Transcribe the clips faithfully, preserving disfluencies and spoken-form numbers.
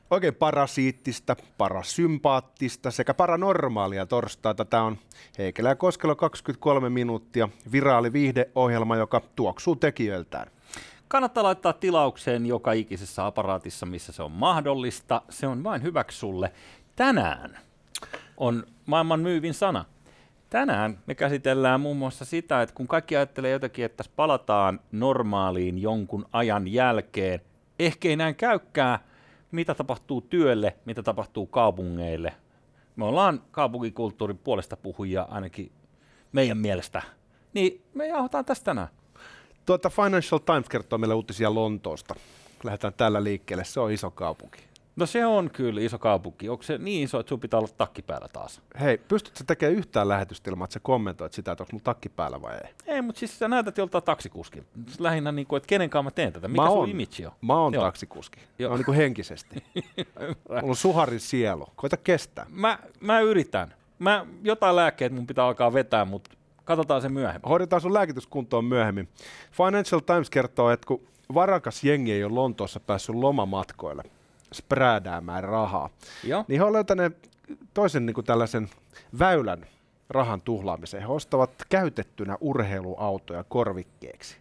Oikein parasiittista, parasympaattista sekä paranormaalia torstaita. Tämä on Heikelä ja Koskelo kaksikymmentäkolme minuuttia, viraali viihdeohjelma, joka tuoksuu tekijöiltään. Kannattaa laittaa tilaukseen joka ikisessä aparaatissa, missä se on mahdollista. Se on vain hyväksi sulle. Tänään on maailman myyvin sana. Tänään me käsitellään muun muassa sitä, että kun kaikki ajattelee jotakin, että tässä palataan normaaliin jonkun ajan jälkeen, ehkä ei näin käykään, mitä tapahtuu työlle, mitä tapahtuu kaupungeille. Me ollaan kaupunkikulttuurin puolesta puhujia ainakin meidän mielestä. Niin me jauhotaan tästä tänään. Tuota Financial Times kertoo meille uutisia Lontoosta. Lähdetään tällä liikkeelle, se on iso kaupunki. No se on kyllä iso kaupunki. Onko se niin iso, että sun pitää olla takki päällä taas? Hei, pystytkö tekemään yhtään lähetystä ilman, että sä kommentoit sitä, että onko mulla takki päällä vai ei? Ei, mutta siis sä näytät joltain taksikuskilta. Lähinnä, niin kuin, että kenen kanssa mä teen tätä. Mikä mä sun on, image on? Mä oon Joo. taksikuski. Joo. No, niin kuin henkisesti. Mulla on suharin sielu. Koita kestää. Mä, mä yritän. Mä, jotain lääkkeet mun pitää alkaa vetää, mutta katsotaan se myöhemmin. Hoidetaan sun lääkityskuntoon myöhemmin. Financial Times kertoo, että kun varakas jengi ei ole Lontoossa päässyt lomamatkoille spräädäämään rahaa, Joo. niin he on löytäneet toisen niin kuin tällaisen väylän rahan tuhlaamiseen. He ostavat käytettynä urheiluautoja korvikkeeksi.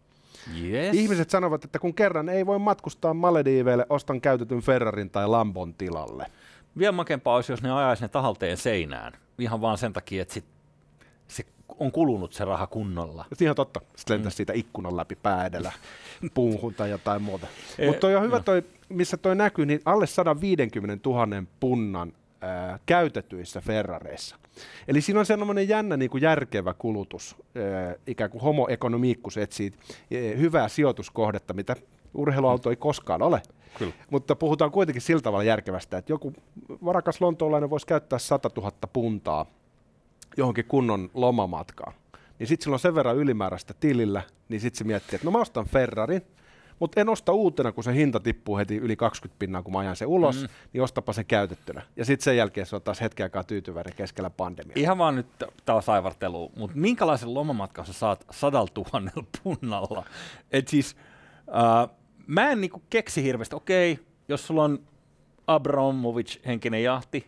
Yes. Ihmiset sanovat, että kun kerran ei voi matkustaa Malediiveille, ostan käytetyn Ferrarin tai Lambon tilalle. Vielä makempaa olisi, jos ne ajaisi ne tahalteen seinään. Ihan vaan sen takia, että sit se on kulunut se raha kunnolla. Ihan totta. Sitten lentäisi mm. siitä ikkunan läpi pää edellä puuhun tai jotain muuta. Mutta toi on hyvä, toi, missä toi näkyy, niin alle sata viisikymmentätuhatta punnan ää, käytetyissä Ferrareissa. Eli siinä on semmoinen jännä niin kuin järkevä kulutus, ää, ikään kuin homo economicus etsii ää, hyvää sijoituskohdetta, mitä urheiluauto ei koskaan ole. Kyllä. Mutta puhutaan kuitenkin sillä tavalla järkevästä, että joku varakas lontoolainen voisi käyttää sata tuhatta puntaa johonkin kunnon lomamatkaan. Niin sitten sillä on sen verran ylimääräistä tilillä, niin sitten se miettii, että no mä ostan Ferrarin, mutta en osta uutena, kun se hinta tippuu heti yli kaksikymmentä pinnaa, kun mä ajan sen ulos, mm. niin ostapa sen käytettynä. Ja sitten sen jälkeen se on taas hetken aikaa tyytyväinen keskellä pandemiaa. Ihan vaan nyt taas saivartelua, mutta minkälaisen lomamatkan sä saat sadalla tuhannella punnalla? Et siis, äh, mä en niinku keksi hirveästi, okei, jos sulla on Abramovich-henkinen jahti,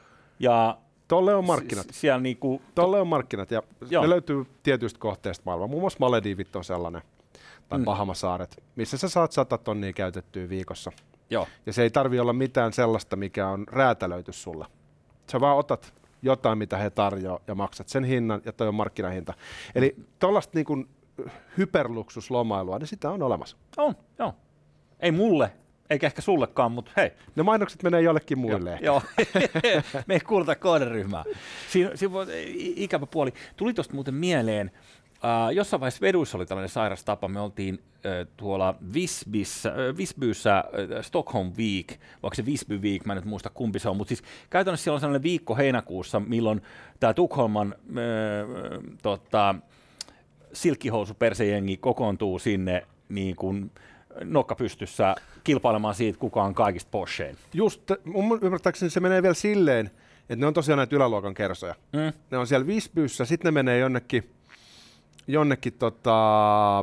ja Tolle on markkinat. S- siellä niinku Tolle on markkinat, ja Joo. ne löytyy tietyistä kohteista maailmaa. Muun muassa Malediivit on sellainen, tai mm. Bahamasaaret, missä sä saat sata tonnia käytettyä viikossa. Joo. Ja se ei tarvi olla mitään sellaista, mikä on räätälöity sulle. Sä vaan otat jotain, mitä he tarjoaa, ja maksat sen hinnan, ja toi on markkinahinta. Eli tollaista niin kuin hyperluksuslomailua, niin sitä on olemassa. On, joo. Ei mulle, eikä ehkä sullekaan, mutta hei. Ne mainokset menee jollekin muille. Joo, joo. Me ei kuuluta kohderyhmää. Siinä, siinä voi, ikävä puoli. Tuli tuosta muuten mieleen, äh, jossain vaiheessa veduissa oli tällainen sairas tapa. Me oltiin äh, tuolla Visbyssä, äh, Visbyssä äh, Stockholm Week, vaikka se Visby Week, mä en nyt muista kumpi se on, mutta siis käytännössä siellä on sellainen viikko heinäkuussa, milloin tämä Tukholman äh, tota, silkkihousupersejengi kokoontuu sinne niin kuin nokka pystyssä kilpailemaan siitä, kuka on kaikista Porscheen. Just, mun ymmärtääkseni se menee vielä silleen, että ne on tosiaan näitä yläluokan kersoja. Mm. Ne on siellä Visbyssä, sitten ne menee jonnekin, jonnekin tota,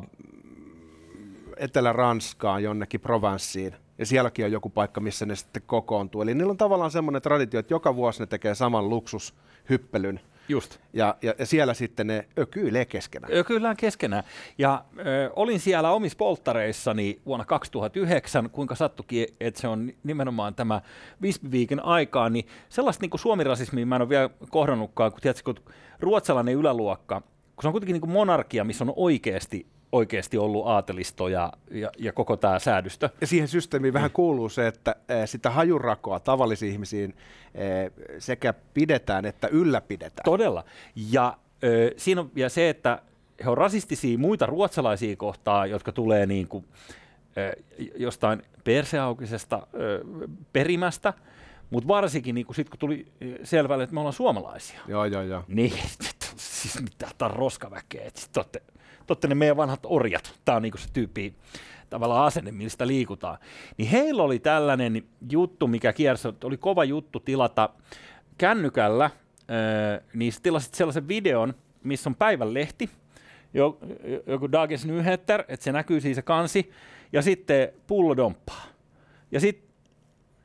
Etelä-Ranskaan, jonnekin Provenceen, ja sielläkin on joku paikka, missä ne sitten kokoontuu. Eli niillä on tavallaan semmoinen traditio, että joka vuosi ne tekee saman luksushyppelyn. Just. Ja, ja, ja siellä sitten ne ökyilee keskenään. Ökyillään keskenään. Ja ö, olin siellä omissa polttareissani vuonna kaksituhattayhdeksän, kuinka sattukin, että se on nimenomaan tämä Visby Weekin aikaa, niin sellaista niin kuin suomirasismia mä en ole vielä kohdannutkaan, kun tiedätkö, kun ruotsalainen yläluokka, kun se on kuitenkin niin kuin monarkia, missä on oikeasti oikeasti ollut aatelisto ja, ja, ja koko tämä säädystö. Ja siihen systeemiin mm. vähän kuuluu se, että e, sitä hajurakoa tavallisiin ihmisiin e, sekä pidetään että ylläpidetään. Todella. Ja, ö, siinä on, ja se, että he on rasistisia muita ruotsalaisia kohtaan, jotka tulee niin kuin, ö, jostain perseaukisesta ö, perimästä, mutta varsinkin niin kuin sit, kun tuli selvälle, että me ollaan suomalaisia. Joo, joo, joo. Niin, siis mitä tämä on roskaväkeä, että sitten olette Totta ne meidän vanhat orjat, tämä on niinku se tyyppi tavallaan asenne, mistä liikutaan. Niin heillä oli tällainen juttu, mikä kiersi, oli kova juttu tilata kännykällä, öö, niin sä tilasit sellaisen videon, missä on päivänlehti, joku Dagens Nyheter, että se näkyy siis se kansi, ja sitten pullodomppaa. Ja sitten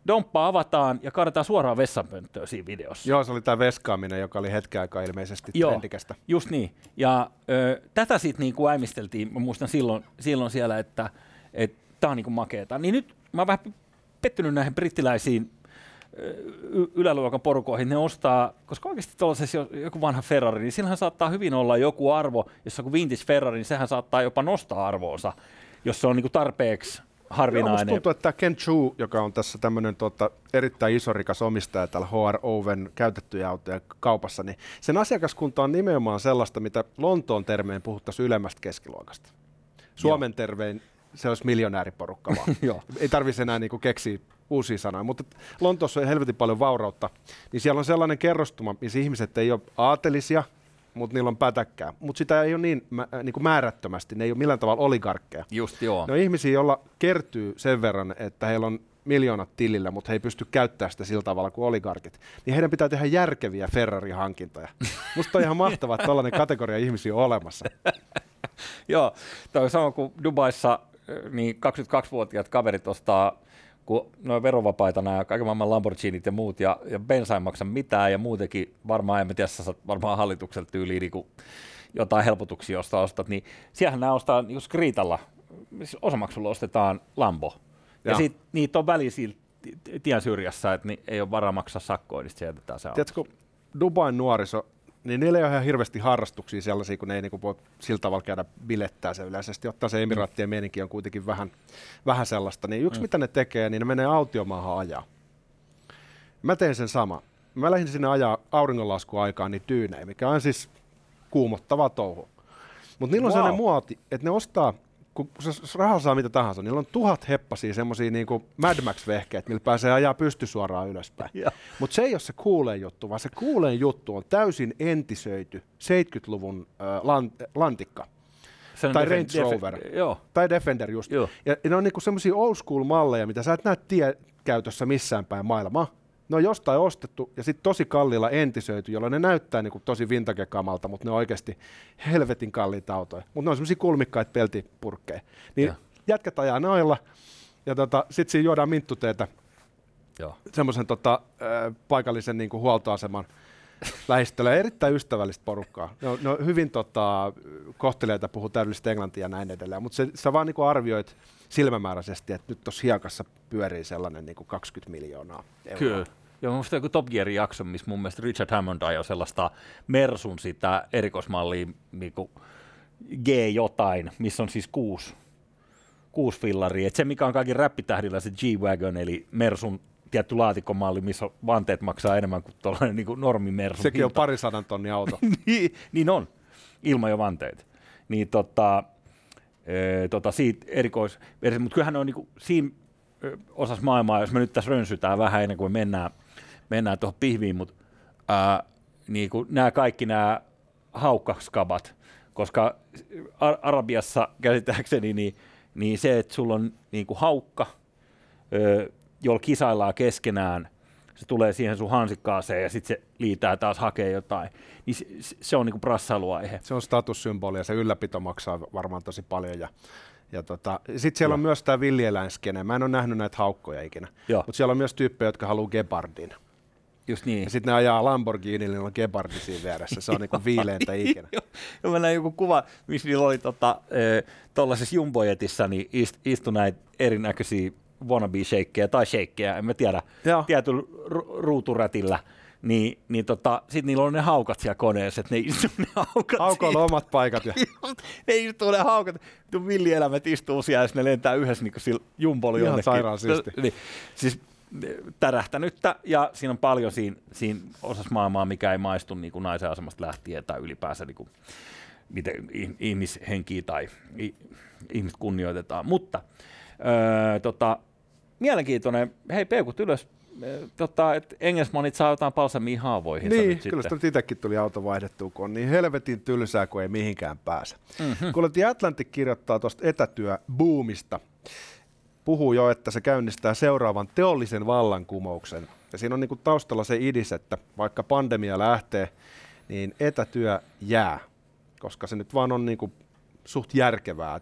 domppa avataan ja kaadetaan suoraan vessanpönttöön siinä videossa. Joo, se oli tämä veskaaminen, joka oli hetken aikaa ilmeisesti Joo, trendikästä. just niin. Ja ö, tätä sitten niinku äimisteltiin, mä muistan silloin, silloin siellä, että tämä on niinku makeeta. Niin nyt mä oon vähän pettynyt näihin brittiläisiin y- yläluokan porukoihin. Ne ostaa, koska oikeasti tuollaisessa joku vanha Ferrari, niin sillähän saattaa hyvin olla joku arvo, jos on joku vintage Ferrari, niin sehän saattaa jopa nostaa arvoonsa, jos se on niinku tarpeeksi harvinainen. Joo, musta tuntuu, että Ken Chu, joka on tässä tämmöinen tota, erittäin isorikas omistaja täällä H R Oven käytettyjä autoja kaupassa, niin sen asiakaskunta on nimenomaan sellaista, mitä Lontoon termeen puhuttaisiin ylemmästä keskiluokasta. Suomen Joo. tervein se olisi miljonääriporukka vaan. Ei tarvitse enää niinku keksiä uusia sanoja, mutta Lontoossa on helvetin paljon vaurautta, niin siellä on sellainen kerrostuma, missä ihmiset ei ole aatelisia, mutta niillä on pätäkkää. Mutta sitä ei ole niin, mä, niin kuin määrättömästi, ne ei ole millään tavalla oligarkkeja. Just joo. Ne on ihmisiä, joilla kertyy sen verran, että heillä on miljoonat tilillä, mutta he ei pysty käyttämään sitä sillä tavalla kuin oligarkit. Niin heidän pitää tehdä järkeviä Ferrari-hankintoja. Musta on ihan mahtavaa, että tällainen kategoria ihmisiä on olemassa. Joo, tämä on sama kuin Dubaissa, niin kaksikymmentäkaksivuotiaat kaverit ostaa, kun ne on verovapaita nämä kaiken maailman Lamborghinit ja muut, ja, ja bensa ei maksa mitään, ja muutenkin varmaan, en tiedä, sä saat varmaan hallitukselta tyyliin niin jotain helpotuksia, josta ostat, niin siellähän nämä ostaa niin Skriitalla, osamaksulla ostetaan Lambo, ja, ja sitten niitä on väliä siinä tien syrjässä, että niin ei ole varaa maksaa sakkoa, niin sitten jätetään se auto. Tiedätkö, Dubain nuoriso, niin niillä ei ole ihan hirveästi harrastuksia sellaisia, kun ne ei niin voi sillä tavalla käydä bilettää se yleisesti, ottaa se emiraattien meininki on kuitenkin vähän, vähän sellaista. Niin yksi, mm. mitä ne tekee, niin ne menee autiomaahan ajaa. Mä teen sen sama. Mä lähdin sinne ajaa auringonlaskuaikaan niin tyyneen, mikä on siis kuumottava touhu. Mutta niillä on wow. sellainen muoti, että ne ostaa, kun se rahalla saa mitä tahansa, niillä on tuhat heppasia semmosia niinku Mad Max-vehkeet, millä pääsee ajaa pystysuoraan ylöspäin. Mutta se ei ole se kuuleen juttu, vaan se kuuleen juttu on täysin entisöity seitsemänkymmentäluvun äh, lan, lantikka. Sen tai Range Defe- Rover. Defe- tai Defender just. Joo. Ja ne on niinku semmosia old school malleja, mitä sä et näe tiekäytössä missään päin maailmaa. Ne on jostain ostettu ja sitten tosi kalliilla entisöity, jolloin ne näyttää niinku tosi vintage-kamalta, mutta ne on oikeasti helvetin kalliita autoja. Mutta ne on semmoisia kulmikkaita peltipurkkeja. Niin ja. Jätkät ajaa noilla ja tota, sitten siinä juodaan minttuteetä semmoisen tota, äh, paikallisen niinku huoltoaseman lähistöllä. Erittäin ystävällistä porukkaa. Ne on, ne on hyvin tota, kohteliaita, puhuu täydellistä englantia ja näin edelleen. Mutta sä vaan niinku arvioit silmämääräisesti, että nyt tuossa hiekassa pyörii sellainen niinku kaksikymmentä miljoonaa euroa. Kyllä. Joo, musta joku Top Gearin jakso, missä mun mielestä Richard Hammond ajoi sellaista Mersun sitä erikoismallia niinku G jotain, missä on siis kuusi, kuusi fillaria. Et se, mikä on kaikki räppitähdillä, se G-Wagon, eli Mersun tietty laatikkomalli, missä vanteet maksaa enemmän kuin tuollainen niin kuin normi Mersun. Sekin hinta. on parisadan tonnin auto. niin, niin on, ilman jo vanteet. Niin tota, e, tota siitä erikois, mutta kyllähän ne on niin kuin siinä osassa maailmaa, jos me nyt tässä rönsytään vähän ennen kuin me mennään, mennään tuohon pihviin, mutta niin nämä kaikki nämä haukkaskabat, koska Arabiassa käsittääkseni niin, niin se, että sulla on niin kuin haukka, ö, jolla kisaillaan keskenään, se tulee siihen sun hansikkaaseen ja sitten se liitää taas hakee jotain, niin se, se on niinku brassailuaihe. Se on statussymboli ja se ylläpito maksaa varmaan tosi paljon. Ja, ja tota, sitten siellä Joo. on myös tämä villieläinskene. Mä en ole nähnyt näitä haukkoja ikinä, mutta siellä on myös tyyppejä, jotka haluaa gepardin. Just niin. Ja sitten ne ajaa Lamborghini, niin on gepardi siinä vieressä. Se on niinku viileintä ikinä. Joo, mä näin joku kuva, missä niillä oli tota, tuollaisessa jumbojetissa, niin ist, istui näitä erinäköisiä wannabe-sheikkejä tai sheikkejä, en mä tiedä, tietyllä ru- ruuturätillä, niin, niin tota, sitten niillä on ne haukat siellä koneessa, että ne istuu ne haukat. Haukoilla omat paikat. Ja. ne istuu ne haukat, tuon villieläimet istuu siellä, ja ne lentää yhdessä niin kuin sillä jumbolla jonnekin. Ihan sairaan siisti. Niin, siis tärähtänyttä, ja siinä on paljon siinä, siinä osassa maailmaa, mikä ei maistu niin kuin naisen asemasta lähtien, tai ylipäänsä niin kuin, miten ihmishenkiä tai ihmiset kunnioitetaan. Mutta öö, tota, mielenkiintoinen, hei peukut ylös, tota, että Engelsmanit saa jotain palsamia haavoihin. Niin, kyllä sitä nyt itsekin tuli auto vaihdettua, kun on niin helvetin tylsää, kun ei mihinkään pääse. Mm-hmm. Kun The Atlantic kirjoittaa tuosta etätyöbuumista, puhuu jo, että se käynnistää seuraavan teollisen vallankumouksen. Ja siinä on niin kuin taustalla se idis, että vaikka pandemia lähtee, niin etätyö jää, koska se nyt vaan on niin kuin suht järkevää, että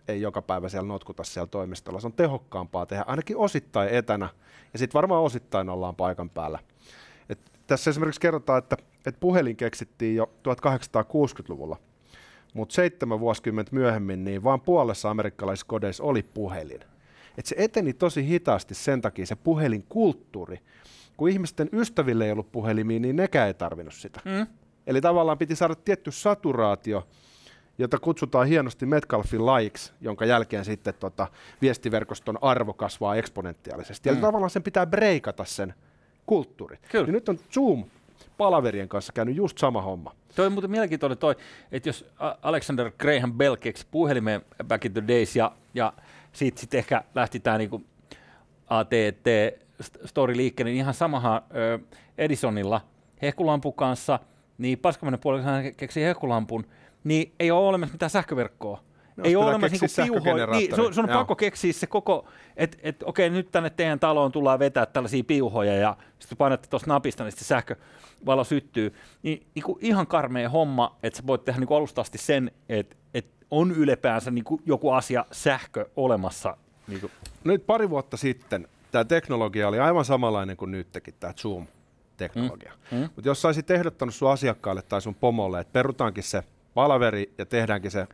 ei joka päivä siellä notkuta siellä toimistolla. Se on tehokkaampaa tehdä ainakin osittain etänä, ja sitten varmaan osittain ollaan paikan päällä. Et tässä esimerkiksi kerrotaan, että, että puhelin keksittiin jo tuhatkahdeksansataakuusikymmentäluvulla, mutta seitsemän vuosikymmentä myöhemmin niin vaan puolessa amerikkalaisissa kodeissa oli puhelin. Et se eteni tosi hitaasti sen takia se puhelinkulttuuri. Kun ihmisten ystäville ei ollut puhelimia, niin nekään ei tarvinnut sitä. Mm. Eli tavallaan piti saada tietty saturaatio, jota kutsutaan hienosti Metcalfin lajiksi, jonka jälkeen sitten tota, viestiverkoston arvo kasvaa eksponentiaalisesti. Mm. Eli tavallaan sen pitää breikata sen kulttuuri. Niin nyt on Zoom-palaverien kanssa käynyt just sama homma. Toi on muuten mielenkiintoinen toi, että jos Alexander Graham Bell keksi puhelimeen back in the days, ja, ja siitä sitten ehkä lähti tämä niinku A T T-story liikkeelle, niin ihan samahan ö, Edisonilla hehkulampun kanssa, niin paskamainen puolella hän keksi hehkulampun, niin ei ole olemassa mitään sähköverkkoa. No, ei ole olemassa niinku piuhoja. Niin, sun, sun on pakko keksiä se koko, että et, okei, nyt tänne teidän taloon tullaan vetää tällaisia piuhoja, ja sitten painatte tuosta napista, niin sitten sähkövalo syttyy. Niin, niinku ihan karmea homma, että sä voit tehdä niinku alusta asti sen, että et on ylipäänsä niinku joku asia sähkö olemassa. Niinku. Nyt pari vuotta sitten tämä teknologia oli aivan samanlainen kuin nytkin, tämä Zoom-teknologia. Mm. Mm. Mutta jos sä olisit ehdottanut sun asiakkaalle tai sun pomolle, että perutaankin se palaveri ja tehdäänkin se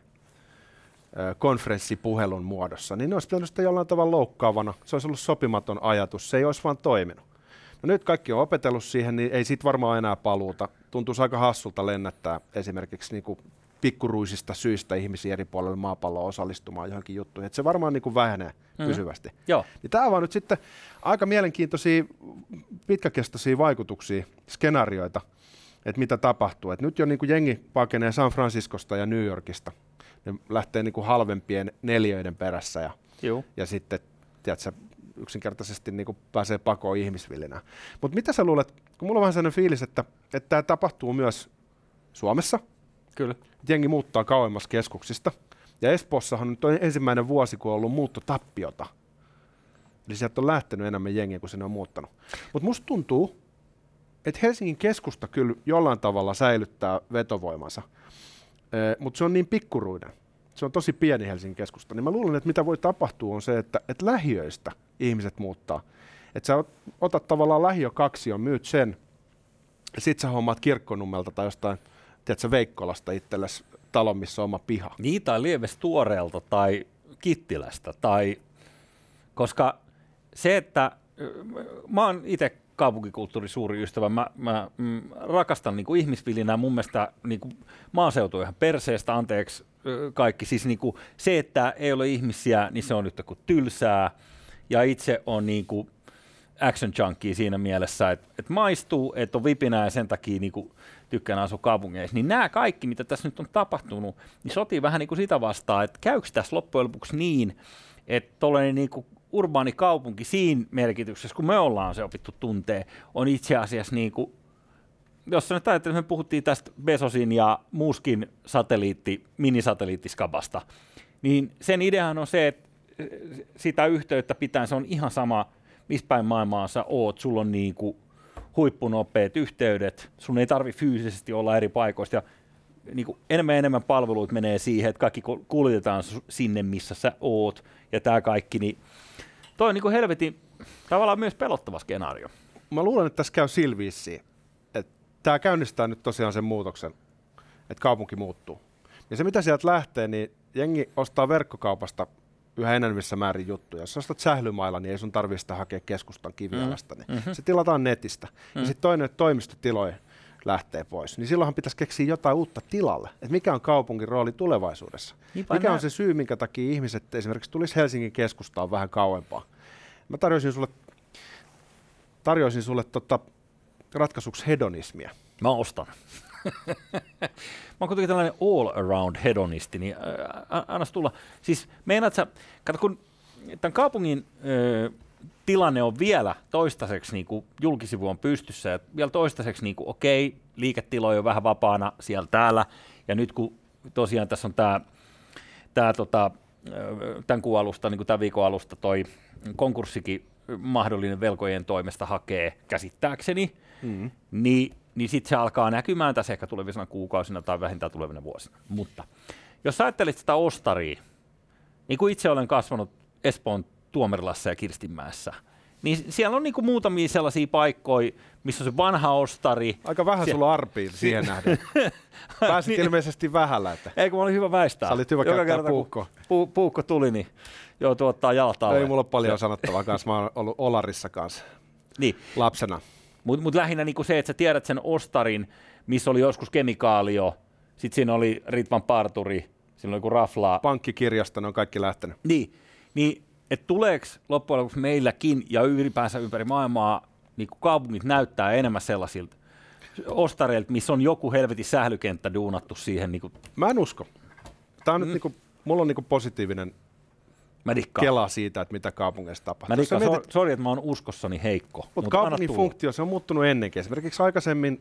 ö, konferenssipuhelun muodossa, niin ne olisi pitänyt sitä jollain tavalla loukkaavana. Se olisi ollut sopimaton ajatus, se ei olisi vaan toiminut. No nyt kaikki on opetellut siihen, niin ei siitä varmaan enää paluuta. Tuntuisi aika hassulta lennättää esimerkiksi niinku pikkuruisista syistä ihmisiä eri puolilla maapalloa osallistumaan johonkin juttuihin. Et se varmaan niinku vähenee mm. pysyvästi. Joo. Niin tämä on vaan nyt sitten aika mielenkiintoisia pitkäkestoisia vaikutuksia, skenaarioita, että mitä tapahtuu. Et nyt jo niinku jengi pakenee San Franciscosta ja New Yorkista. Ne lähtee niinku halvempien neliöiden perässä ja, ja sitten tiedätkö, yksinkertaisesti niinku pääsee pakoon ihmisvillinään. Mutta mitä sä luulet, kun mulla on vähän sellainen fiilis, että tämä tapahtuu myös Suomessa. Kyllä. Jengi muuttaa kauemmas keskuksista. Ja Espoossahan nyt on ensimmäinen vuosi, kun on ollut muuttotappiota. Eli sieltä on lähtenyt enemmän jengiä, kuin sinne on muuttanut. Mutta musta tuntuu, että Helsingin keskusta kyllä jollain tavalla säilyttää vetovoimansa. E, mutta se on niin pikkuruinen. Se on tosi pieni Helsingin keskusta. Niin mä luulen, että mitä voi tapahtua on se, että, että lähiöistä ihmiset muuttaa. Että sä otat tavallaan lähiökaksion, myyt sen, ja sit sä hommaat Kirkkonummelta tai jostain tiedätkö, Veikkolasta itsellesi talon, missä on oma piha. Niin, tai Lieves Tuoreelta tai Kittilästä. Tai, koska se, että mä oon itse kaupunkikulttuurin suuri ystävä, mä, mä mm, rakastan niin kuin ihmisvillinää, mun mielestä niin kuin maaseutu on ihan perseestä, anteeksi kaikki. Siis niin kuin se, että ei ole ihmisiä, niin se on nyt kuin tylsää, ja itse on niin kuin action junkie siinä mielessä, että, että maistuu, että on vipinää ja sen takia niin kuin tykkään asua kaupungeissa, niin nämä kaikki, mitä tässä nyt on tapahtunut, niin sotii vähän niin kuin sitä vastaan, että käykö tässä loppujen lopuksi niin, että tuollainen niin kuin urbaani kaupunki siinä merkityksessä, kun me ollaan se opittu tuntee, on itse asiassa niin kuin, jos nyt ajattelin, me puhuttiin tästä Bezosin ja muuskin satelliitti, minisatelliittiskabasta, niin sen ideahan on se, että sitä yhteyttä pitää, se on ihan sama, missä päin maailmaa sä oot, sulla on niin kuin huippunopeat yhteydet, sun ei tarvi fyysisesti olla eri paikoista, ja niin kuin enemmän ja enemmän palveluita menee siihen, että kaikki kuljetetaan sinne, missä sä oot, ja tämä kaikki, niin toi on niin kuin helvetin tavallaan myös pelottava skenaario. Mä luulen, että tässä käy silviissiin, että tämä käynnistää nyt tosiaan sen muutoksen, että kaupunki muuttuu. Ja se, mitä sieltä lähtee, niin jengi ostaa verkkokaupasta yhä enemmissä määrin juttuja. Jos ostat sählymailla, niin ei sun tarvitse sitä hakea keskustan Kivialasta. Niin mm-hmm. Se tilataan netistä. Mm-hmm. Ja sitten toinen, että toimistotiloja lähtee pois. Niin silloinhan pitäisi keksiä jotain uutta tilalle. Et mikä on kaupungin rooli tulevaisuudessa? Niinpä mikä nää... on se syy, minkä takia ihmiset esimerkiksi tulisi Helsingin keskustaan vähän kauempaa? Mä tarjoisin sulle, tarjoisin sulle tota, ratkaisuksi hedonismia. Mä ostan. Mä oon kuitenkin tällainen all-around hedonisti, niin ää, anna tulla. Siis meinaat sä, kato kun tämän kaupungin ö, tilanne on vielä toistaiseksi, niin kuin julkisivu on pystyssä, ja vielä toistaiseksi, niin kuin, okei, liiketiloja on vähän vapaana siellä täällä, ja nyt kun tosiaan tässä on tämä, tämä tota, tämän kuun alusta, niin kuin tämän viikon alusta toi konkurssikin mahdollinen velkojen toimesta hakee käsittääkseni, mm. niin niin sitten se alkaa näkymään tässä ehkä tulevina kuukausina tai vähintään tulevina vuosina. Mutta jos ajattelet sitä ostaria, niin kuin itse olen kasvanut Espoon Tuomerilassa ja Kirstinmäessä, niin siellä on niin kuin muutamia sellaisia paikkoja, missä on se vanha ostari. Aika vähän Sie- sulla arpii siihen nähden. Pääsit niin, ilmeisesti vähällä. Että eikö mä olin hyvä väistää. Sä olit hyvä Joka käyttää kerta, puukkoa. Pu- puukko tuli, niin joutuu ottaa jalat alle. Ei mulla ole paljon sanottavaa kanssa. Mä oon ollut Olarissa kanssa niin. lapsena. Mutta mut lähinnä niinku se, että sä tiedät sen ostarin, missä oli joskus Kemikaalio, sitten siinä oli Ritvan parturi, siinä oli joku raflaa. Pankkikirjasta, ne on kaikki lähtenyt. Niin, niin että tuleeko loppujen lopuksi meilläkin ja ylipäänsä ympäri maailmaa niin kaupungit näyttää enemmän sellaisilta ostareilta, missä on joku helvetin sählykenttä duunattu siihen. Niin kuin. Mä en usko. Tää on Mm. nyt niinku, mulla on niinku positiivinen kela siitä, että mitä kaupungeissa tapahtuu. Mä dikkaan, mietit, sori, että mä oon uskossani heikko. Mutta mut kaupungin funktio, se on muuttunut ennenkin. Esimerkiksi aikaisemmin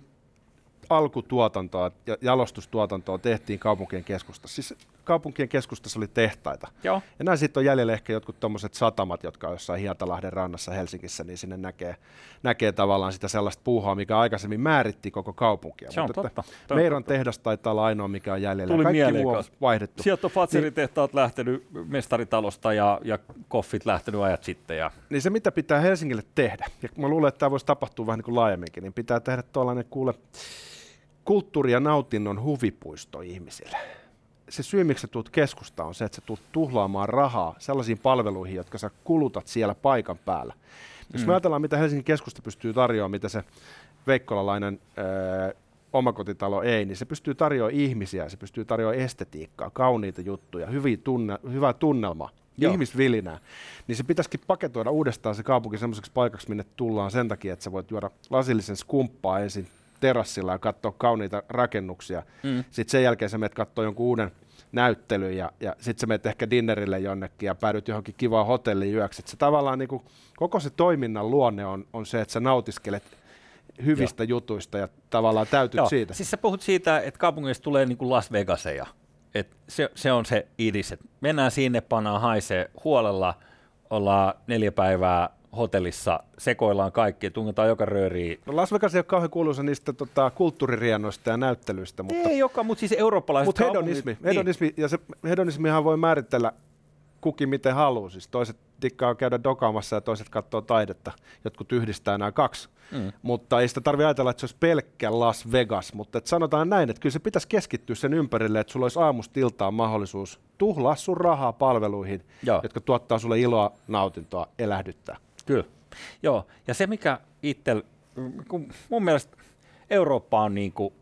alkutuotantoa ja jalostustuotantoa tehtiin kaupunkien keskustassa. Siis kaupunkien keskustassa oli tehtaita. Joo. Ja näin sitten on jäljellä ehkä jotkut tommoset satamat, jotka on jossain Hietalahden rannassa Helsingissä, niin sinne näkee, näkee tavallaan sitä sellaista puuhaa, mikä aikaisemmin määritti koko kaupunkia. Se on Mutta totta. Meiron tehdas taitaa olla ainoa, mikä on jäljellä. Tuli kaikki mieleen muu on kanssa. vaihdettu. Sieltä on Fazerin-tehtaat niin, lähtenyt mestaritalosta ja, ja koffit lähtenyt ajat sitten. Ja. Niin se, mitä pitää Helsingille tehdä, ja mä luulen, että tämä voisi tapahtua vähän niin kuin laajemminkin, niin pitää tehdä tuollainen kuule kulttuuri- ja nautinnon huvipuisto ihmisille. Se syy, miksi sä tulet keskustaan, on se, että sä tulet tuhlaamaan rahaa sellaisiin palveluihin, jotka sä kulutat siellä paikan päällä. Jos mm. me ajatellaan, mitä Helsingin keskusta pystyy tarjoamaan, mitä se veikkolalainen öö, omakotitalo ei, niin se pystyy tarjoamaan ihmisiä, se pystyy tarjoamaan estetiikkaa, kauniita juttuja, hyviä tunne, hyvää tunnelmaa, Joo. ihmisvilinää. Niin se pitäisikin paketoida uudestaan se kaupunki semmoiseksi paikaksi, minne tullaan sen takia, että sä voit juoda lasillisen skumppaa ensin terassilla ja katsoa kauniita rakennuksia. Mm. Sitten sen jälkeen sä menet katsoa jonkun uuden näyttelyn ja, ja sitten sä menet ehkä dinnerille jonnekin ja päädyt johonkin kivaan hotelliin yöksi. Et se tavallaan niin kuin, koko se toiminnan luonne on, on se, että sä nautiskelet hyvistä Joo. jutuista ja tavallaan täytyt Joo. siitä. Siis sä puhut siitä, että kaupungeista tulee niin kuin Las Vegaseja. Et se, se on se idis, että mennään sinne, pannaan haisee huolella, ollaan neljä päivää hotellissa, sekoillaan kaikki, tungetaan joka rööriin. No Las Vegas ei ole kauhean kuuluisa niistä tota, kulttuuririennoista ja näyttelyistä. Mutta ei joka, mutta siis eurooppalaiset Mutta hedonismi, niin. hedonismi, ja se hedonismihan voi määritellä kukin miten haluaa. Siis toiset tikkaa käydä dokaamassa ja toiset katsoo taidetta. Jotkut yhdistää nämä kaksi. Mm. Mutta ei sitä tarvitse ajatella, että se olisi pelkkä Las Vegas. Mutta et sanotaan näin, että kyllä se pitäisi keskittyä sen ympärille, että sulla olisi aamusta iltaan mahdollisuus tuhlaa sun rahaa palveluihin, Joo. jotka tuottaa sulle iloa, nautintoa, elähdyttää. Kyllä. Joo, ja se mikä itse, kun mun mielestä Eurooppa on niin kuin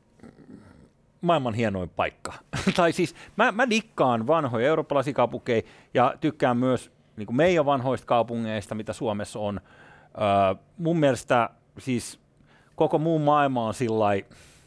maailman hienoin paikka. tai siis mä, mä dikkaan vanhoja eurooppalaisia kaupunkeja ja tykkään myös niin kuin meidän vanhoista kaupungeista, mitä Suomessa on. Öö, mun mielestä siis koko muun maailma on sillai,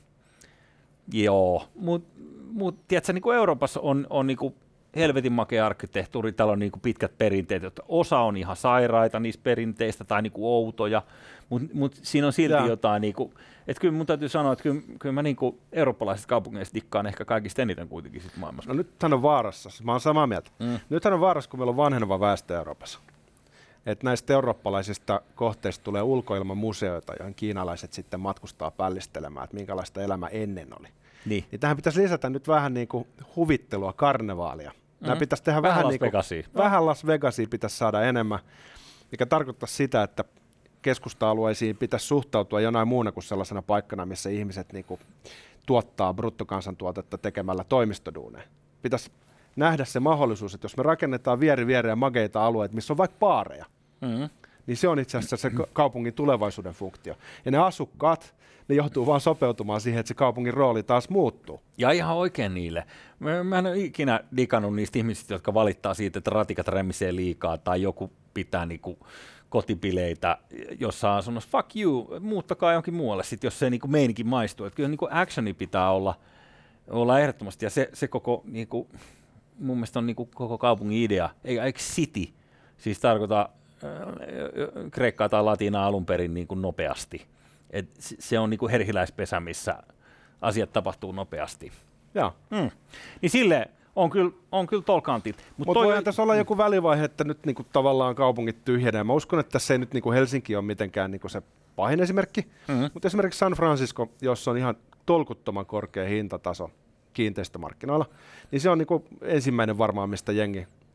joo, mutta mut, tiedätkö, niin kuin Euroopassa on, on niin kuin helvetin makea arkkitehtuuri, täällä on niinku pitkät perinteet, että osa on ihan sairaita niistä perinteistä tai niinku outoja, mutta mut siinä on silti ja. jotain, niinku, että kyllä mun täytyy sanoa, että kyllä, kyllä mä niinku eurooppalaisista kaupungeista dikkaan ehkä kaikista eniten kuitenkin sit maailmassa. No nythän on vaarassa, mä oon samaa mieltä. Mm. Nythän on vaarassa, kun meillä on vanheneva väestö Euroopassa. Että näistä eurooppalaisista kohteista tulee ulkoilmamuseoita, joihin kiinalaiset sitten matkustaa pällistelemään, että minkälaista elämä ennen oli. Niin. Niin tähän pitäisi lisätä nyt vähän niin kuin huvittelua, karnevaalia. Nämä mm. pitäisi tehdä vähän, vähän niin kuin, vähän Las Vegasia pitäisi saada enemmän, mikä tarkoittaa sitä, että keskusta-alueisiin pitäisi suhtautua jonain muuna kuin sellaisena paikkana, missä ihmiset niin kuin tuottaa bruttokansantuotetta tekemällä toimistoduuneja. Pitäisi nähdä se mahdollisuus, että jos me rakennetaan vieri viereen mageita alueita, missä on vaikka baareja, mm. niin se on itse asiassa se kaupungin tulevaisuuden funktio. Ja ne asukkaat, ne joutuu vaan sopeutumaan siihen, että se kaupungin rooli taas muuttuu. Ja ihan oikein niille. Mä, mä en ole ikinä digannut niistä ihmisistä, jotka valittaa siitä, että ratikat rämisee liikaa tai joku pitää niinku kotipileitä jossain asunnossa. Fuck you, muuttakaa jonkin muualle sit, jos se niinku meininki maistuu. Että kyllä niinku actioni pitää olla, olla ehdottomasti ja se, se koko, niinku, mun mielestä on niinku koko kaupungin idea, eikä eikö city, siis tarkoita äh, kreikkaa tai latinaa alun perin niinku nopeasti. Et se on niinku herhiläispesä, missä asiat tapahtuu nopeasti. Joo. Mm. Niin sille on kyllä, on kyllä tolkantit. Mutta Mut voihan tässä olla joku välivaihe, että nyt niinku tavallaan kaupungit tyhjenee. Mä uskon, että tässä ei nyt niinku Helsinki ole mitenkään niinku se pahin esimerkki, mm-hmm. mutta esimerkiksi San Francisco, jossa on ihan tolkuttoman korkea hintataso kiinteistömarkkinoilla, niin se on niinku ensimmäinen varmaan, mistä jengi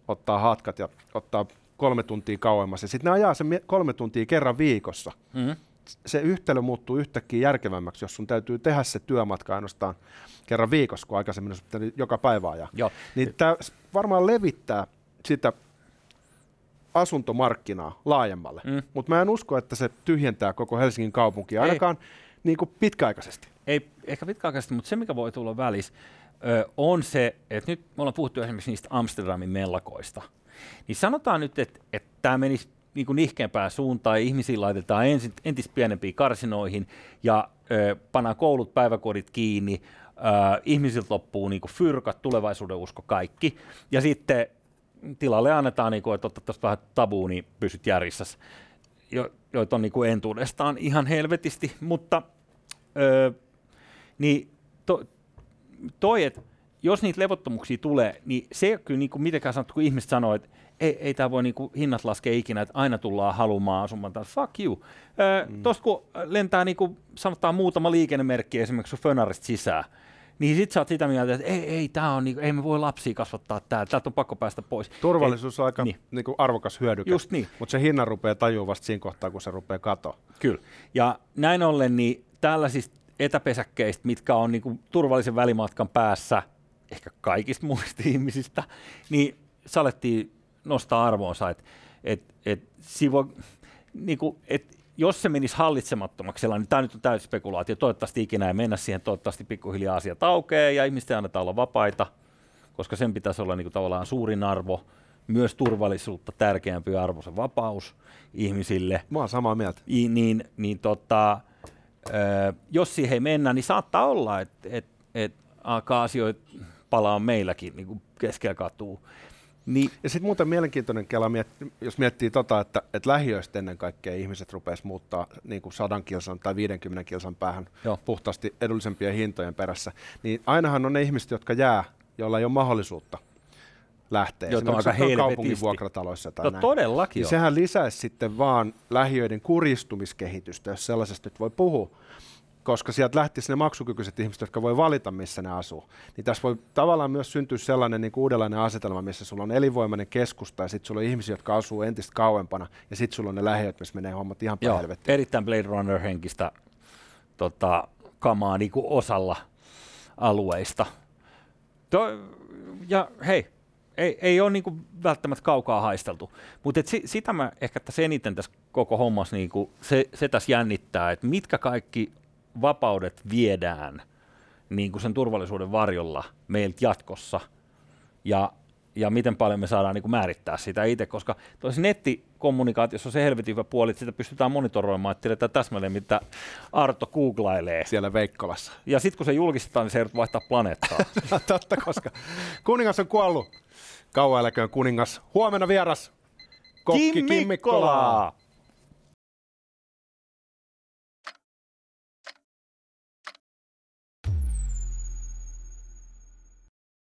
ottaa hatkat ja ottaa kolme tuntia kauemmas. Ja sitten ne ajaa sen kolme tuntia kerran viikossa. Mm-hmm. Se yhtälö muuttuu yhtäkkiä järkevämmäksi, jos sun täytyy tehdä se työmatka ainoastaan kerran viikossa, kun aikaisemmin olisi pitänyt joka päivä ajaa. Joo. Niin tämä varmaan levittää sitä asuntomarkkinaa laajemmalle, mm. mutta mä en usko, että se tyhjentää koko Helsingin kaupunkia, ainakaan niin kuin pitkäaikaisesti. Ei ehkä pitkäaikaisesti, mutta se mikä voi tulla välissä ö, on se, että nyt me ollaan puhuttu esimerkiksi niistä Amsterdamin mellakoista, niin sanotaan nyt, että, että tämä menisi niin kuin nihkeämpään suuntaan ja ihmisiä laitetaan ensin, entistä pienempiin karsinoihin ja ö, pannaan koulut, päiväkodit kiinni, ö, ihmisiltä loppuu niin kuin fyrkat, tulevaisuuden usko, kaikki ja sitten tilalle annetaan, niin kuin, että ottaa tuosta vähän tabua, niin pysyt järjissä, jo, joita on niin kuin entuudestaan ihan helvetisti, mutta öö, niin to, toi, että jos niitä levottomuuksia tulee, niin se ei ole kyllä niin kuin mitenkään sanottu, kun ihmiset sanoo, että ei, ei tämä voi niin kuin hinnat laskea ikinä, että aina tullaan halumaan asumaan, tai fuck you. Öö, mm. Tuosta kun lentää niin kuin sanotaan muutama liikennemerkki esimerkiksi sun fönarista sisään, niin sit sä oot sitä mieltä, että ei, ei, tää on, niinku, ei me voi lapsia kasvattaa täällä, täältä on pakko päästä pois. Turvallisuus ei, on aika niin. niinku arvokas hyödyke, just niin. Mutta se hinnan rupeaa tajua vasta siinä kohtaa, kun se rupeaa katoa. Kyllä, ja näin ollen niin tällaisista etäpesäkkeistä, mitkä on niinku turvallisen välimatkan päässä, ehkä kaikista muista ihmisistä, niin salettiin nostaa arvoonsa, että et, et, niinku, et, jos se menisi hallitsemattomaksi, niin tämä nyt on täysin spekulaatio. Toivottavasti ikinä ei mennä siihen, toivottavasti pikkuhiljaa asiat aukeaa ja ihmisten annetaan olla vapaita, koska sen pitäisi olla niin kuin tavallaan suurin arvo, myös turvallisuutta tärkeämpi arvo, se vapaus ihmisille. Mä oon samaa mieltä. I, niin, niin tota, ö, jos siihen ei mennä, niin saattaa olla, että et, et alkaa asioita palaa meilläkin niin kuin keskellä katua. Niin. Ja sitten muuten mielenkiintoinen kela, jos miettii tota, että, että lähiöistä ennen kaikkea ihmiset rupeaisi muuttaa niin kuin sadan kilsan tai viidenkymmenen kilsan päähän Joo. puhtaasti edullisempien hintojen perässä, niin ainahan on ne ihmiset, jotka jää, joilla ei ole mahdollisuutta lähteä. Joita on aika kaupungin vuokrataloissa tai no, näin. Todellakin niin sehän lisäisi sitten vaan lähiöiden kurjistumiskehitystä, jos sellaisesta nyt voi puhua. Koska sieltä lähtisi ne maksukykyiset ihmiset, jotka voi valita, missä ne asuu. Niin tässä voi tavallaan myös syntyä sellainen niin kuin uudenlainen asetelma, missä sulla on elinvoimainen keskusta ja sitten sulla on ihmisiä, jotka asuu entistä kauempana ja sitten sulla on ne lähiöt, missä menee hommat ihan päin helvettiin. Erittäin Blade Runner-henkistä tota, kamaa niin kuin osalla alueista. To, ja hei, ei, ei ole niin kuin välttämättä kaukaa haisteltu, mutta si, sitä mä ehkä tässä eniten tässä koko hommassa niin kuin se, se tässä jännittää, että mitkä kaikki vapaudet viedään niin kuin sen turvallisuuden varjolla meiltä jatkossa ja, ja miten paljon me saadaan niin kuin määrittää sitä itse, koska toisessa nettikommunikaatiossa on se helvetin hyvä puoli, että sitä pystytään monitoroimaan, että tiedetään täsmälleen, mitä Arto googlailee. Siellä Veikkolassa. Ja sitten kun se julkistetaan, niin se ei vaihtaa planeettaa. Totta, koska kuningas on kuollut. Kauan eläköön kuningas. Huomenna vieras kokki Kim Mikkola.